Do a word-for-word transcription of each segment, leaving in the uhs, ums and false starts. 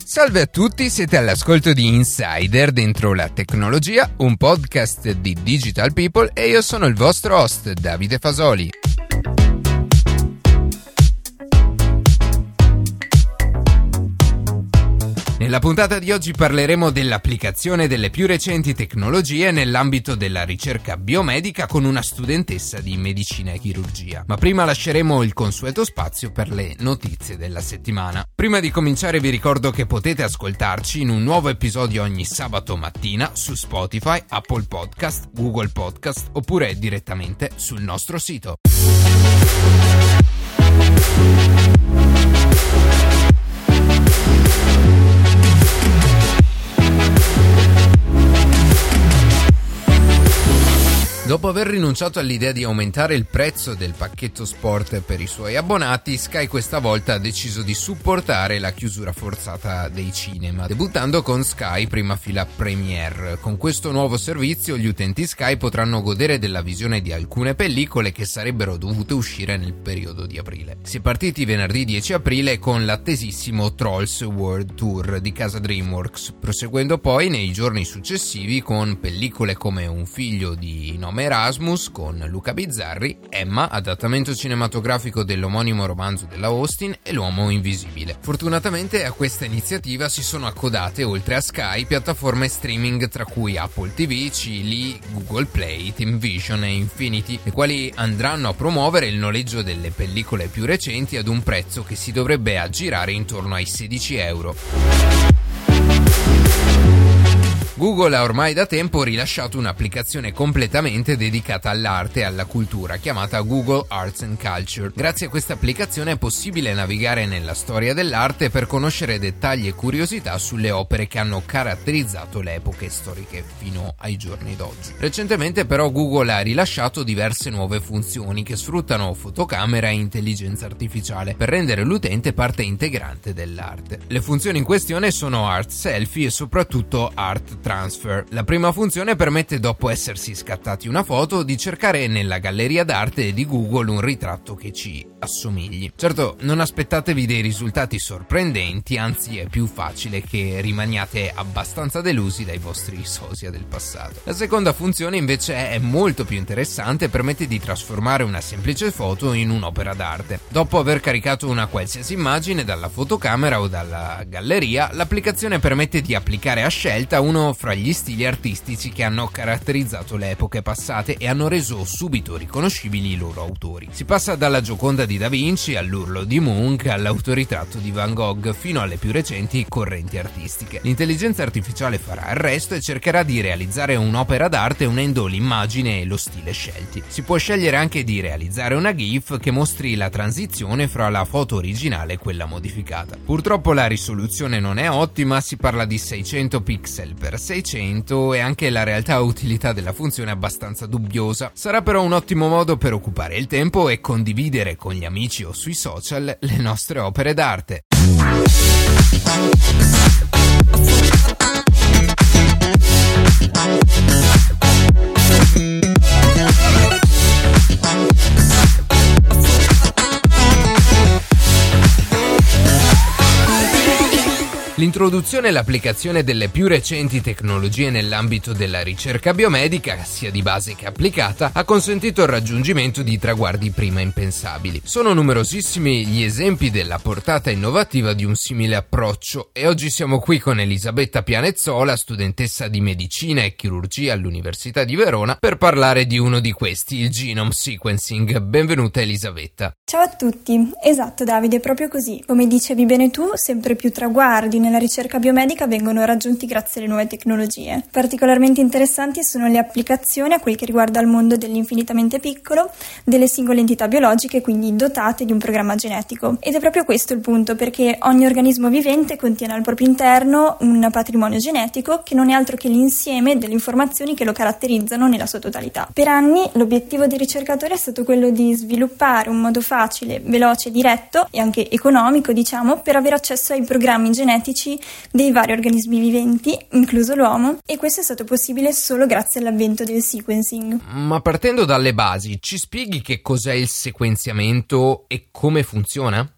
Salve a tutti, siete all'ascolto di Insider dentro la tecnologia, un podcast di Digital People e io sono il vostro host Davide Fasoli. Nella puntata di oggi parleremo dell'applicazione delle più recenti tecnologie nell'ambito della ricerca biomedica con una studentessa di medicina e chirurgia. Ma prima lasceremo il consueto spazio per le notizie della settimana. Prima di cominciare vi ricordo che potete ascoltarci in un nuovo episodio ogni sabato mattina su Spotify, Apple Podcast, Google Podcast oppure direttamente sul nostro sito. Dopo aver rinunciato all'idea di aumentare il prezzo del pacchetto sport per i suoi abbonati, Sky questa volta ha deciso di supportare la chiusura forzata dei cinema, debuttando con Sky Prima Fila Premiere. Con questo nuovo servizio gli utenti Sky potranno godere della visione di alcune pellicole che sarebbero dovute uscire nel periodo di aprile. Si è partiti venerdì dieci aprile con l'attesissimo Trolls World Tour di casa DreamWorks, proseguendo poi nei giorni successivi con pellicole come Un figlio di nome Erasmus con Luca Bizzarri, Emma, adattamento cinematografico dell'omonimo romanzo della Austin, e L'uomo invisibile. Fortunatamente a questa iniziativa si sono accodate, oltre a Sky, piattaforme streaming tra cui Apple ti vu, Cili, Google Play, Team Vision e Infinity, le quali andranno a promuovere il noleggio delle pellicole più recenti ad un prezzo che si dovrebbe aggirare intorno ai sedici euro. Google ha ormai da tempo rilasciato un'applicazione completamente dedicata all'arte e alla cultura chiamata Google Arts and Culture. Grazie a questa applicazione è possibile navigare nella storia dell'arte per conoscere dettagli e curiosità sulle opere che hanno caratterizzato le epoche storiche fino ai giorni d'oggi. Recentemente però Google ha rilasciato diverse nuove funzioni che sfruttano fotocamera e intelligenza artificiale per rendere l'utente parte integrante dell'arte. Le funzioni in questione sono Art Selfie e soprattutto Art Transfer. La prima funzione permette, dopo essersi scattati una foto, di cercare nella galleria d'arte di Google un ritratto che ci assomigli. Certo, non aspettatevi dei risultati sorprendenti, anzi è più facile che rimaniate abbastanza delusi dai vostri sosia del passato. La seconda funzione invece è molto più interessante e permette di trasformare una semplice foto in un'opera d'arte. Dopo aver caricato una qualsiasi immagine dalla fotocamera o dalla galleria, l'applicazione permette di applicare a scelta uno fra gli stili artistici che hanno caratterizzato le epoche passate e hanno reso subito riconoscibili i loro autori. Si passa dalla Gioconda di Da Vinci all'Urlo di Munch all'autoritratto di Van Gogh fino alle più recenti correnti artistiche. L'intelligenza artificiale farà il resto e cercherà di realizzare un'opera d'arte unendo l'immagine e lo stile scelti. Si può scegliere anche di realizzare una GIF che mostri la transizione fra la foto originale e quella modificata. Purtroppo la risoluzione non è ottima, si parla di seicento pixel per seicento e anche la realtà utilità della funzione è abbastanza dubbiosa. Sarà però un ottimo modo per occupare il tempo e condividere con gli amici o sui social le nostre opere d'arte. L'introduzione e l'applicazione delle più recenti tecnologie nell'ambito della ricerca biomedica, sia di base che applicata, ha consentito il raggiungimento di traguardi prima impensabili. Sono numerosissimi gli esempi della portata innovativa di un simile approccio e oggi siamo qui con Elisabetta Pianezzola, studentessa di medicina e chirurgia all'Università di Verona, per parlare di uno di questi, il genome sequencing. Benvenuta Elisabetta. Ciao a tutti, esatto Davide, proprio così. Come dicevi bene tu, sempre più traguardi nella ricerca biomedica vengono raggiunti grazie alle nuove tecnologie. Particolarmente interessanti sono le applicazioni a quel che riguarda il mondo dell'infinitamente piccolo, delle singole entità biologiche, quindi dotate di un programma genetico. Ed è proprio questo il punto, perché ogni organismo vivente contiene al proprio interno un patrimonio genetico che non è altro che l'insieme delle informazioni che lo caratterizzano nella sua totalità. Per anni l'obiettivo dei ricercatori è stato quello di sviluppare un modo facile, veloce, diretto e anche economico, diciamo, per avere accesso ai programmi genetici dei vari organismi viventi, incluso l'uomo, e questo è stato possibile solo grazie all'avvento del sequencing. Ma partendo dalle basi, ci spieghi che cos'è il sequenziamento e come funziona?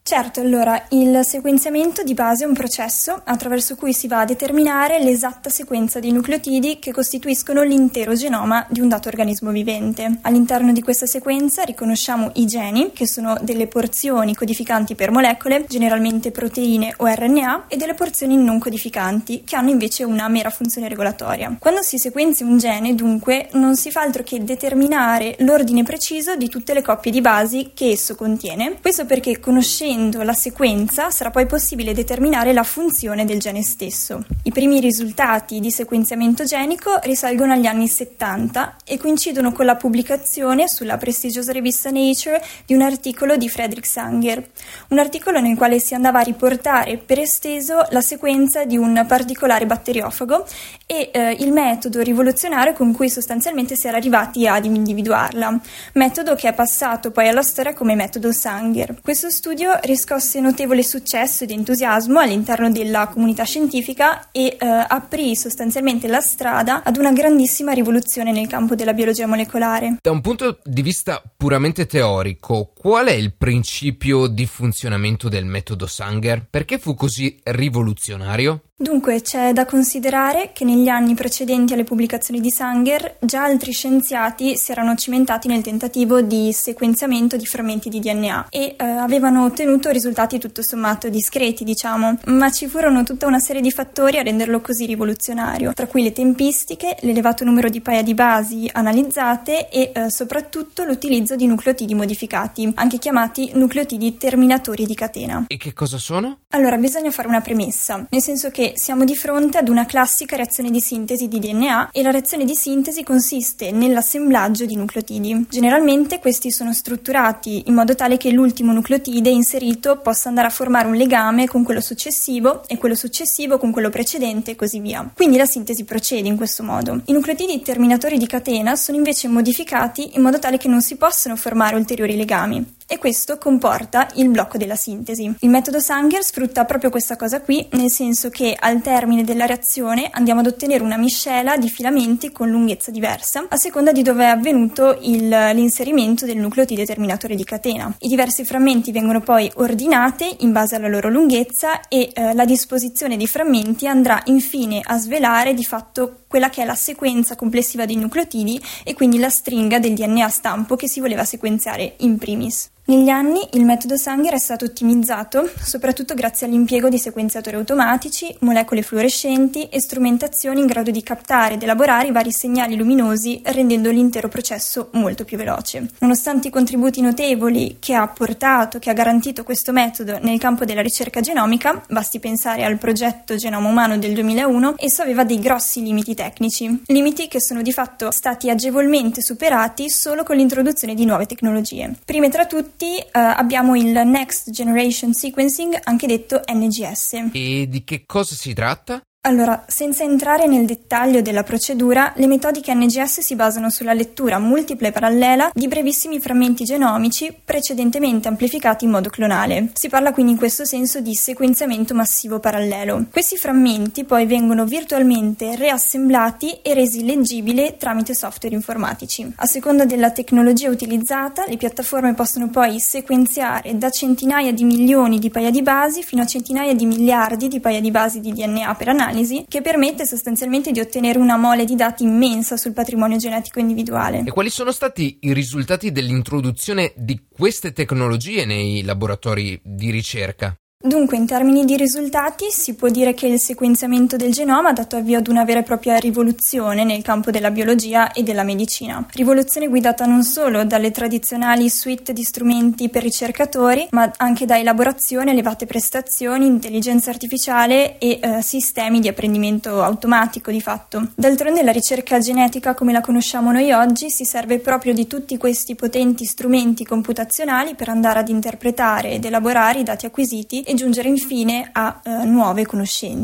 Certo, allora il sequenziamento di base è un processo attraverso cui si va a determinare l'esatta sequenza di nucleotidi che costituiscono l'intero genoma di un dato organismo vivente. All'interno di questa sequenza riconosciamo i geni, che sono delle porzioni codificanti per molecole, generalmente proteine o R N A, e delle porzioni non codificanti, che hanno invece una mera funzione regolatoria. Quando si sequenzia un gene, dunque, non si fa altro che determinare l'ordine preciso di tutte le coppie di basi che esso contiene. Questo perché, conoscendo la sequenza, sarà poi possibile determinare la funzione del gene stesso. I primi risultati di sequenziamento genico risalgono agli anni settanta e coincidono con la pubblicazione sulla prestigiosa rivista Nature di un articolo di Frederick Sanger, un articolo nel quale si andava a riportare per esteso la sequenza di un particolare batteriofago e eh, il metodo rivoluzionario con cui sostanzialmente si era arrivati ad individuarla, metodo che è passato poi alla storia come metodo Sanger. Questo studio riscosse notevole successo ed entusiasmo all'interno della comunità scientifica e eh, aprì sostanzialmente la strada ad una grandissima rivoluzione nel campo della biologia molecolare. Da un punto di vista puramente teorico, qual è il principio di funzionamento del metodo Sanger? Perché fu così rivoluzionario? Dunque, c'è da considerare che negli anni precedenti alle pubblicazioni di Sanger già altri scienziati si erano cimentati nel tentativo di sequenziamento di frammenti di D N A e eh, avevano ottenuto risultati tutto sommato discreti, diciamo, ma ci furono tutta una serie di fattori a renderlo così rivoluzionario, tra cui le tempistiche, l'elevato numero di paia di basi analizzate e eh, soprattutto l'utilizzo di nucleotidi modificati, anche chiamati nucleotidi terminatori di catena. E che cosa sono? Allora, bisogna fare una premessa, nel senso che siamo di fronte ad una classica reazione di sintesi di D N A e la reazione di sintesi consiste nell'assemblaggio di nucleotidi. Generalmente questi sono strutturati in modo tale che l'ultimo nucleotide inserito possa andare a formare un legame con quello successivo e quello successivo con quello precedente e così via. Quindi la sintesi procede in questo modo. I nucleotidi terminatori di catena sono invece modificati in modo tale che non si possano formare ulteriori legami. E questo comporta il blocco della sintesi. Il metodo Sanger sfrutta proprio questa cosa qui, nel senso che al termine della reazione andiamo ad ottenere una miscela di filamenti con lunghezza diversa, a seconda di dove è avvenuto il, l'inserimento del nucleotide terminatore di catena. I diversi frammenti vengono poi ordinati in base alla loro lunghezza e eh, la disposizione dei frammenti andrà infine a svelare di fatto quella che è la sequenza complessiva dei nucleotidi e quindi la stringa del D N A stampo che si voleva sequenziare in primis. Negli anni il metodo Sanger è stato ottimizzato soprattutto grazie all'impiego di sequenziatori automatici, molecole fluorescenti e strumentazioni in grado di captare ed elaborare i vari segnali luminosi, rendendo l'intero processo molto più veloce. Nonostante i contributi notevoli che ha portato, che ha garantito questo metodo nel campo della ricerca genomica, basti pensare al progetto Genoma Umano del duemilauno, esso aveva dei grossi limiti tecnici, limiti che sono di fatto stati agevolmente superati solo con l'introduzione di nuove tecnologie. Prime tra tutte Uh, abbiamo il Next Generation Sequencing, anche detto N G S. E di che cosa si tratta? Allora, senza entrare nel dettaglio della procedura, le metodiche N G S si basano sulla lettura multipla e parallela di brevissimi frammenti genomici precedentemente amplificati in modo clonale. Si parla quindi in questo senso di sequenziamento massivo parallelo. Questi frammenti poi vengono virtualmente reassemblati e resi leggibili tramite software informatici. A seconda della tecnologia utilizzata, le piattaforme possono poi sequenziare da centinaia di milioni di paia di basi fino a centinaia di miliardi di paia di basi di D N A per analisi, che permette sostanzialmente di ottenere una mole di dati immensa sul patrimonio genetico individuale. E quali sono stati i risultati dell'introduzione di queste tecnologie nei laboratori di ricerca? Dunque, in termini di risultati, si può dire che il sequenziamento del genoma ha dato avvio ad una vera e propria rivoluzione nel campo della biologia e della medicina. Rivoluzione guidata non solo dalle tradizionali suite di strumenti per ricercatori, ma anche da elaborazione, elevate prestazioni, intelligenza artificiale e eh, sistemi di apprendimento automatico di fatto. D'altronde la ricerca genetica come la conosciamo noi oggi si serve proprio di tutti questi potenti strumenti computazionali per andare ad interpretare ed elaborare i dati acquisiti e giungere infine a uh, nuove conoscenze.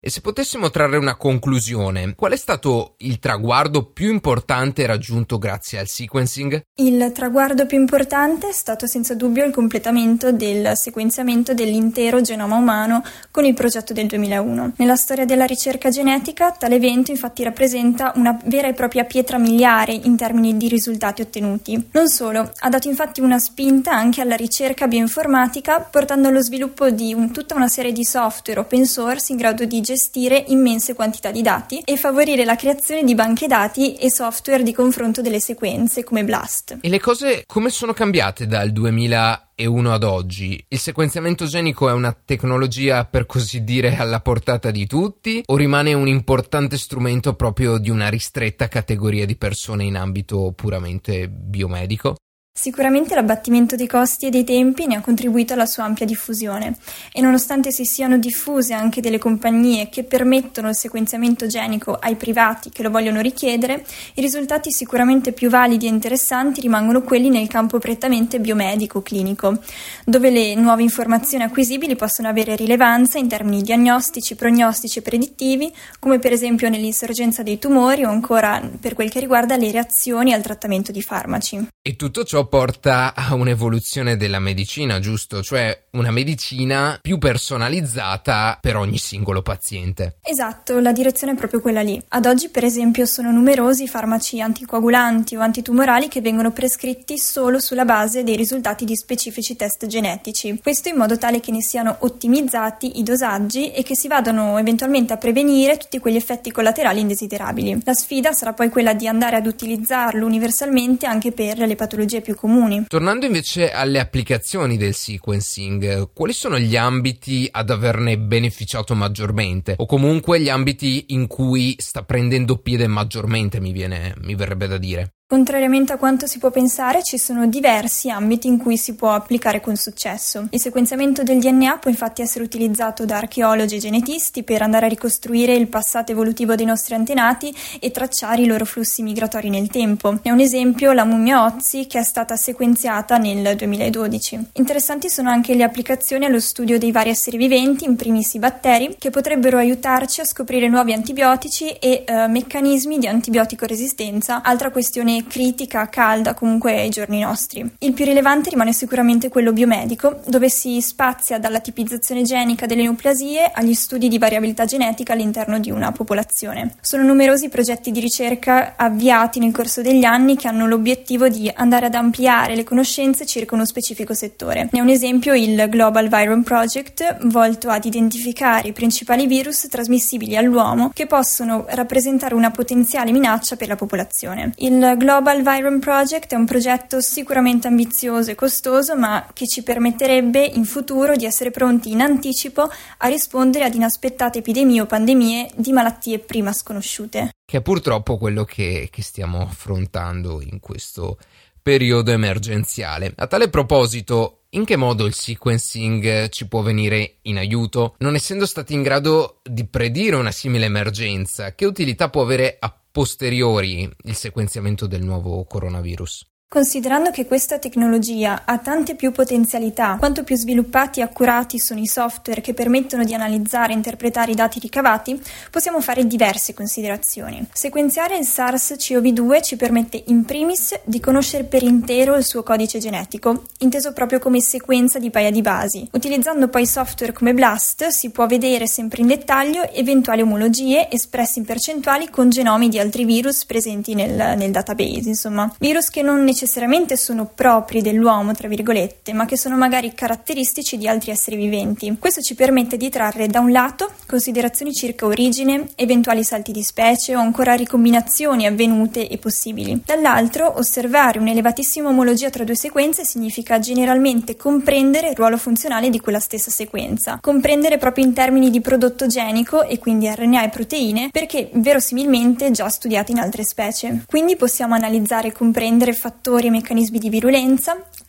E se potessimo trarre una conclusione, qual è stato il traguardo più importante raggiunto grazie al sequencing? Il traguardo più importante è stato senza dubbio il completamento del sequenziamento dell'intero genoma umano con il progetto del duemilauno. Nella storia della ricerca genetica, tale evento infatti rappresenta una vera e propria pietra miliare in termini di risultati ottenuti. Non solo, ha dato infatti una spinta anche alla ricerca bioinformatica, portando allo sviluppo di un, tutta una serie di software open source in grado di gestire immense quantità di dati e favorire la creazione di banche dati e software di confronto delle sequenze come BLAST. E le cose come sono cambiate dal duemilauno ad oggi? Il sequenziamento genico è una tecnologia per così dire alla portata di tutti o rimane un importante strumento proprio di una ristretta categoria di persone in ambito puramente biomedico? Sicuramente l'abbattimento dei costi e dei tempi ne ha contribuito alla sua ampia diffusione e nonostante si siano diffuse anche delle compagnie che permettono il sequenziamento genico ai privati che lo vogliono richiedere, i risultati sicuramente più validi e interessanti rimangono quelli nel campo prettamente biomedico clinico, dove le nuove informazioni acquisibili possono avere rilevanza in termini diagnostici, prognostici e predittivi, come per esempio nell'insorgenza dei tumori o ancora per quel che riguarda le reazioni al trattamento di farmaci. E tutto ciò porta a un'evoluzione della medicina, giusto? Cioè una medicina più personalizzata per ogni singolo paziente. Esatto, la direzione è proprio quella lì. Ad oggi, per esempio, sono numerosi i farmaci anticoagulanti o antitumorali che vengono prescritti solo sulla base dei risultati di specifici test genetici. Questo in modo tale che ne siano ottimizzati i dosaggi e che si vadano eventualmente a prevenire tutti quegli effetti collaterali indesiderabili. La sfida sarà poi quella di andare ad utilizzarlo universalmente anche per le patologie più comuni. Tornando invece alle applicazioni del sequencing, quali sono gli ambiti ad averne beneficiato maggiormente o comunque gli ambiti in cui sta prendendo piede maggiormente, mi viene, mi verrebbe da dire? Contrariamente a quanto si può pensare, ci sono diversi ambiti in cui si può applicare con successo. Il sequenziamento del D N A può infatti essere utilizzato da archeologi e genetisti per andare a ricostruire il passato evolutivo dei nostri antenati e tracciare i loro flussi migratori nel tempo. È un esempio la mummia Otzi, che è stata sequenziata nel duemiladodici. Interessanti sono anche le applicazioni allo studio dei vari esseri viventi, in primis i batteri, che potrebbero aiutarci a scoprire nuovi antibiotici e eh, meccanismi di antibiotico resistenza, altra questione critica, calda comunque ai giorni nostri. Il più rilevante rimane sicuramente quello biomedico, dove si spazia dalla tipizzazione genica delle neoplasie agli studi di variabilità genetica all'interno di una popolazione. Sono numerosi progetti di ricerca avviati nel corso degli anni che hanno l'obiettivo di andare ad ampliare le conoscenze circa uno specifico settore. Ne è un esempio il Global Virome Project, volto ad identificare i principali virus trasmissibili all'uomo che possono rappresentare una potenziale minaccia per la popolazione. Il Global Virome Project è un progetto sicuramente ambizioso e costoso, ma che ci permetterebbe in futuro di essere pronti in anticipo a rispondere ad inaspettate epidemie o pandemie di malattie prima sconosciute. Che è purtroppo quello che, che stiamo affrontando in questo periodo emergenziale. A tale proposito, in che modo il sequencing ci può venire in aiuto? Non essendo stati in grado di predire una simile emergenza, che utilità può avere a posteriori il sequenziamento del nuovo coronavirus? Considerando che questa tecnologia ha tante più potenzialità, quanto più sviluppati e accurati sono i software che permettono di analizzare e interpretare i dati ricavati, possiamo fare diverse considerazioni. Sequenziare il SARS-C o V due ci permette in primis di conoscere per intero il suo codice genetico, inteso proprio come sequenza di paia di basi. Utilizzando poi software come BLAST si può vedere sempre in dettaglio eventuali omologie espresse in percentuali con genomi di altri virus presenti nel, nel database, insomma, virus che non necessariamente necessariamente sono propri dell'uomo, tra virgolette, ma che sono magari caratteristici di altri esseri viventi. Questo ci permette di trarre da un lato considerazioni circa origine, eventuali salti di specie o ancora ricombinazioni avvenute e possibili. Dall'altro, osservare un'elevatissima omologia tra due sequenze significa generalmente comprendere il ruolo funzionale di quella stessa sequenza, comprendere proprio in termini di prodotto genico e quindi R N A e proteine, perché verosimilmente già studiati in altre specie. Quindi possiamo analizzare e comprendere fattori e meccanismi di virulenza,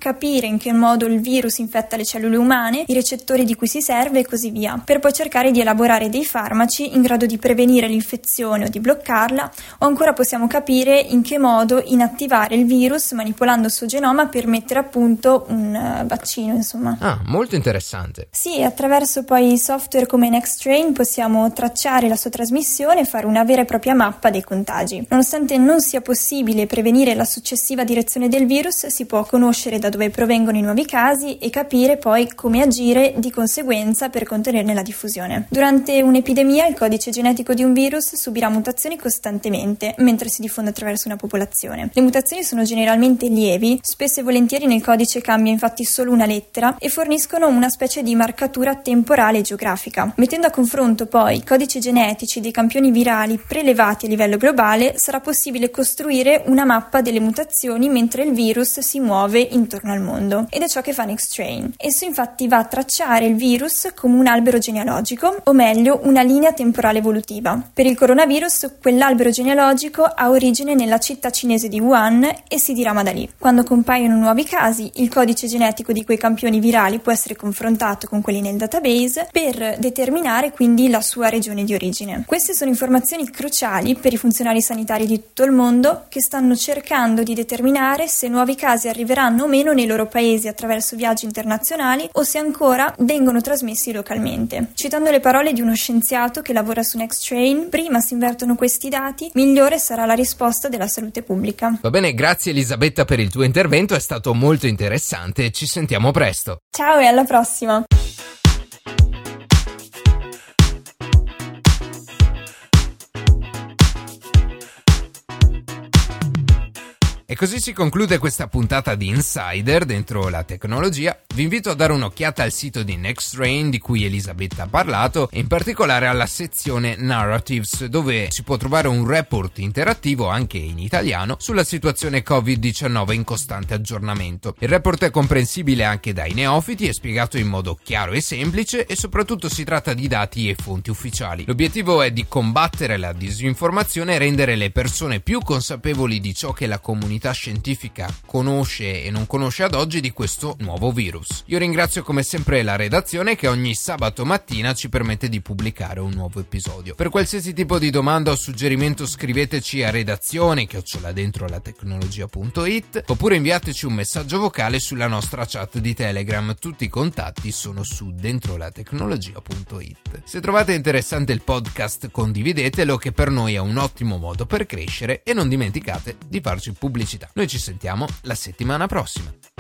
capire in che modo il virus infetta le cellule umane, i recettori di cui si serve e così via, per poi cercare di elaborare dei farmaci in grado di prevenire l'infezione o di bloccarla, o ancora possiamo capire in che modo inattivare il virus manipolando il suo genoma per mettere a punto un uh, vaccino, insomma. Ah, molto interessante. Sì, attraverso poi software come NextStrain possiamo tracciare la sua trasmissione e fare una vera e propria mappa dei contagi. Nonostante non sia possibile prevenire la successiva direzione del virus, si può conoscere da dove provengono i nuovi casi e capire poi come agire di conseguenza per contenerne la diffusione. Durante un'epidemia il codice genetico di un virus subirà mutazioni costantemente mentre si diffonde attraverso una popolazione. Le mutazioni sono generalmente lievi, spesso e volentieri nel codice cambia infatti solo una lettera e forniscono una specie di marcatura temporale e geografica. Mettendo a confronto poi i codici genetici dei campioni virali prelevati a livello globale, sarà possibile costruire una mappa delle mutazioni mentre il virus si muove intorno al mondo. Ed è ciò che fa NextStrain. Esso infatti va a tracciare il virus come un albero genealogico, o meglio una linea temporale evolutiva. Per il coronavirus quell'albero genealogico ha origine nella città cinese di Wuhan e si dirama da lì. Quando compaiono nuovi casi, il codice genetico di quei campioni virali può essere confrontato con quelli nel database per determinare quindi la sua regione di origine. Queste sono informazioni cruciali per i funzionari sanitari di tutto il mondo che stanno cercando di determinare se nuovi casi arriveranno o meno nei loro paesi attraverso viaggi internazionali o se ancora vengono trasmessi localmente. Citando le parole di uno scienziato che lavora su NextStrain, prima si invertono questi dati, migliore sarà la risposta della salute pubblica. Va bene, grazie Elisabetta per il tuo intervento, è stato molto interessante, ci sentiamo presto. Ciao e alla prossima! E così si conclude questa puntata di Insider dentro la tecnologia. Vi invito a dare un'occhiata al sito di NextStrain di cui Elisabetta ha parlato e in particolare alla sezione Narratives, dove si può trovare un report interattivo anche in italiano sulla situazione covid diciannove in costante aggiornamento. Il report è comprensibile anche dai neofiti, è spiegato in modo chiaro e semplice e soprattutto si tratta di dati e fonti ufficiali. L'obiettivo è di combattere la disinformazione e rendere le persone più consapevoli di ciò che la comunità scientifica conosce e non conosce ad oggi di questo nuovo virus. Io ringrazio come sempre la redazione che ogni sabato mattina ci permette di pubblicare un nuovo episodio. Per qualsiasi tipo di domanda o suggerimento scriveteci a redazione chiocciola dentro la tecnologia punto it oppure inviateci un messaggio vocale sulla nostra chat di Telegram. Tutti i contatti sono su dentro la tecnologia punto it. Se trovate interessante il podcast condividetelo, che per noi è un ottimo modo per crescere, e non dimenticate di farci pubblicità. Noi ci sentiamo la settimana prossima.